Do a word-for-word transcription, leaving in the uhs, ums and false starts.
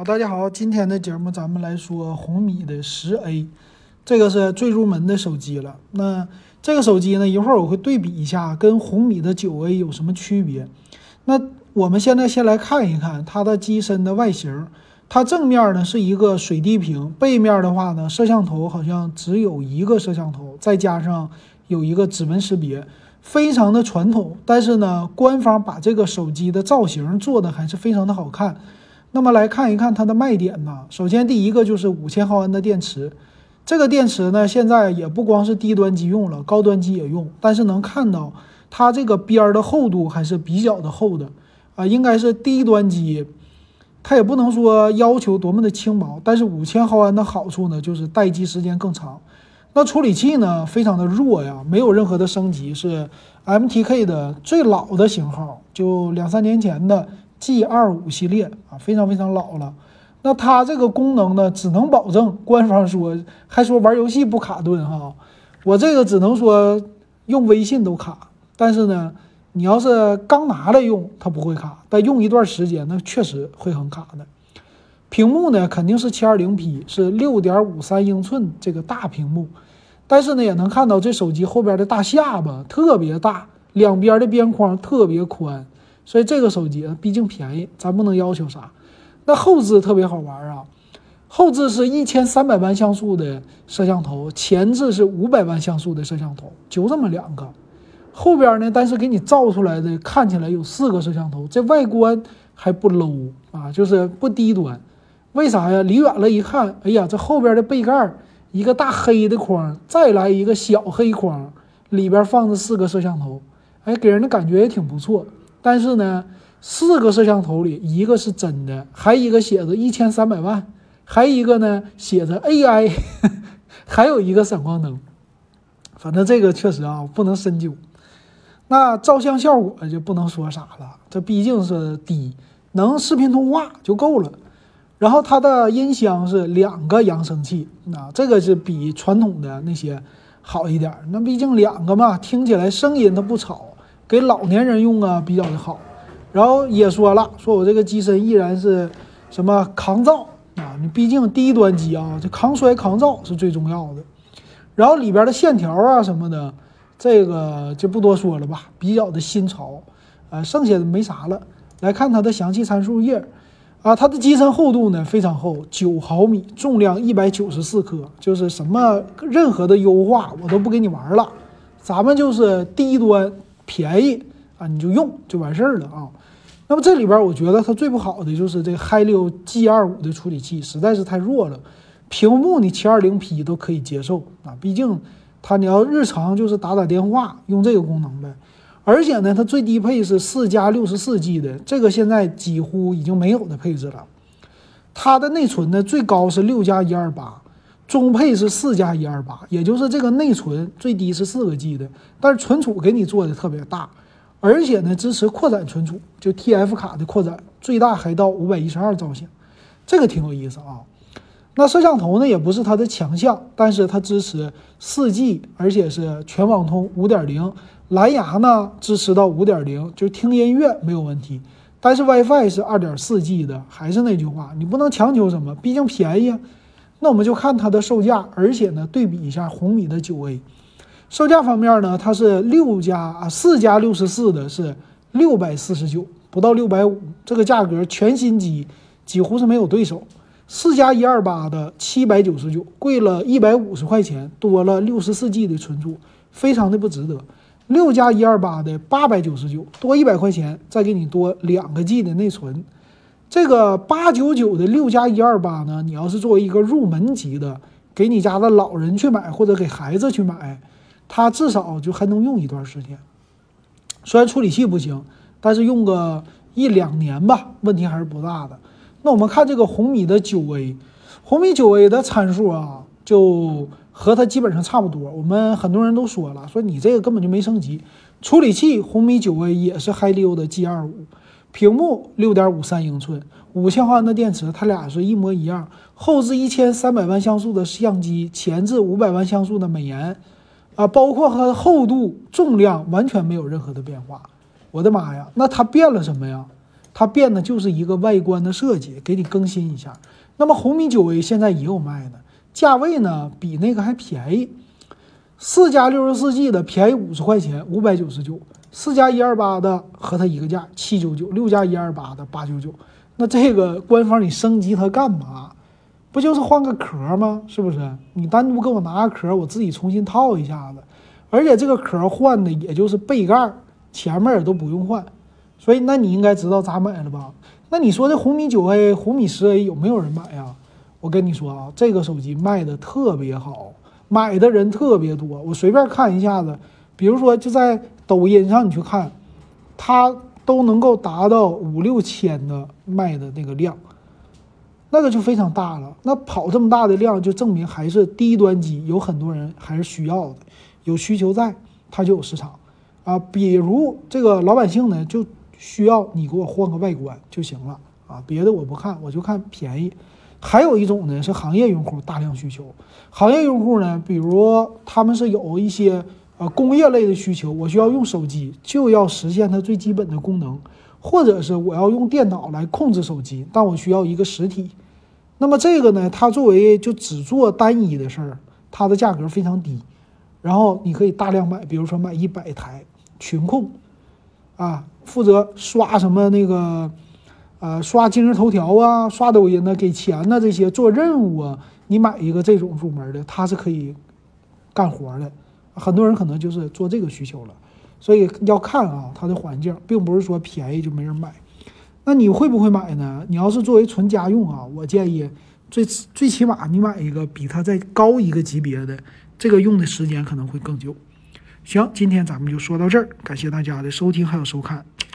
好，大家好，今天的节目咱们来说红米的十 A， 这个是最入门的手机了。那这个手机呢，一会儿我会对比一下跟红米的九 A 有什么区别。那我们现在先来看一看它的机身的外形。它正面呢是一个水滴屏，背面的话呢，摄像头好像只有一个摄像头，再加上有一个指纹识别，非常的传统。但是呢，官方把这个手机的造型做的还是非常的好看。那么来看一看它的卖点呢，首先第一个就是五千毫安的电池。这个电池呢，现在也不光是低端机用了，高端机也用，但是能看到它这个边的厚度还是比较的厚的啊，应该是低端机。它也不能说要求多么的轻薄，但是五千毫安的好处呢，就是待机时间更长。那处理器呢，非常的弱呀，没有任何的升级，是 M T K 的最老的型号，就两三年前的 G 二十五 系列啊，非常非常老了。那它这个功能呢，只能保证官方说还说玩游戏不卡顿哈，我这个只能说用微信都卡，但是呢。你要是刚拿来用，它不会卡，但用一段时间，那确实会很卡的。屏幕呢，肯定是 七二零 P， 是 六点五三 英寸这个大屏幕，但是呢，也能看到这手机后边的大下巴特别大，两边的边框特别宽，所以这个手机毕竟便宜，咱不能要求啥。那后置特别好玩啊，后置是一千三百万像素的摄像头，前置是五百万像素的摄像头，就这么两个。后边呢，但是给你造出来的看起来有四个摄像头，这外观还不 low 啊，就是不低端。为啥呀？离远了一看，哎呀，这后边的背盖一个大黑的框，再来一个小黑框，里边放着四个摄像头，哎，给人的感觉也挺不错。但是呢，四个摄像头里一个是真的，还一个写着一千三百万，还一个呢写着 A I， 还有一个闪光灯。反正这个确实啊，不能深究。那照相效果就不能说啥了，这毕竟是低，能视频通话就够了。然后它的音箱是两个扬声器，啊，这个是比传统的那些好一点。那毕竟两个嘛，听起来声音它不吵，给老年人用啊比较的好。然后也说了，说我这个机身依然是什么抗噪啊，你毕竟低端机啊，这抗摔抗噪是最重要的。然后里边的线条啊什么的。这个就不多说了吧，比较的新潮，呃，剩下的没啥了。来看它的详细参数页，啊，它的机身厚度呢非常厚，九毫米，重量一百九十四克，就是什么任何的优化我都不给你玩了，咱们就是低端便宜啊，你就用就完事儿了啊。那么这里边我觉得它最不好的就是这个 Helio G 二十五 的处理器实在是太弱了，屏幕你 七二零 P 都可以接受啊，毕竟。它你要日常就是打打电话用这个功能呗，而且呢，它最低配是四加六十四 G 的，这个现在几乎已经没有的配置了。它的内存呢最高是六加一二八，中配是四加一二八，也就是这个内存最低是四个 G 的，但是存储给你做的特别大，而且呢支持扩展存储，就 T F 卡的扩展，最大还到五百一十二兆像，这个挺有意思啊。那摄像头呢也不是它的强项，但是它支持 四 G， 而且是全网通 五点零， 蓝牙呢支持到 五点零， 就听音乐没有问题。但是 WiFi 是 二点四 G 的，还是那句话，你不能强求什么，毕竟便宜啊。那我们就看它的售价，而且呢对比一下红米的 九 A。售价方面呢，它是六加啊四加六十四的是六百四十九，不到六百五十，这个价格全新机几乎是没有对手。四加一二八的七百九十九，贵了一百五十块钱，多了六十四 G 的存储，非常的不值得。六加一二八的八百九十九，多一百块钱，再给你多两个 G 的内存。这个八百九十九的六加一二八呢，你要是作为一个入门级的，给你家的老人去买或者给孩子去买，它至少就还能用一段时间。虽然处理器不行，但是用个一两年吧，问题还是不大的。那我们看这个红米的 九 A， 红米 九 A 的参数啊，就和它基本上差不多。我们很多人都说了，说你这个根本就没升级。处理器红米 九 A 也是 Helio 的 G 二十五， 屏幕 六点五三 英寸，五千毫安的电池，它俩是一模一样。后置一千三百万像素的相机，前置五百万像素的美颜，啊，包括它的厚度、重量完全没有任何的变化。我的妈呀，那它变了什么呀？ 它变的就是一个外观的设计，给你更新一下。那么红米 九 A 现在也有卖的，价位呢比那个还便宜，四加六十四 G 的便宜五十块钱，五百九十九；四加一二八的和它一个价，七九九；六加一二八的八九九。那这个官方你升级它干嘛？不就是换个壳吗？是不是？你单独给我拿个壳，我自己重新套一下子，而且这个壳换的也就是背盖，前面也都不用换。所以那你应该知道咋买了吧？那你说这红米 九 A、红米 十 A 有没有人买呀？我跟你说啊，这个手机卖的特别好，买的人特别多。我随便看一下子，比如说就在抖音上你去看，它都能够达到五六千的卖的那个量，那个就非常大了。那跑这么大的量，就证明还是低端机有很多人还是需要的，有需求在，它就有市场啊。比如这个老百姓呢，就需要你给我换个外观就行了啊，别的我不看，我就看便宜。还有一种呢是行业用户大量需求，行业用户呢，比如他们是有一些呃工业类的需求，我需要用手机就要实现它最基本的功能，或者是我要用电脑来控制手机，但我需要一个实体。那么这个呢，它作为就只做单一的事儿，它的价格非常低，然后你可以大量买，比如说买一百台群控啊，负责刷什么那个呃刷今日头条啊，刷抖音呢，给钱呢，这些做任务啊，你买一个这种入门的，它是可以干活的。很多人可能就是做这个需求了，所以要看啊它的环境，并不是说便宜就没人买。那你会不会买呢？你要是作为纯家用啊，我建议最最起码你买一个比它再高一个级别的，这个用的时间可能会更久。行，今天咱们就说到这儿，感谢大家的收听还有收看。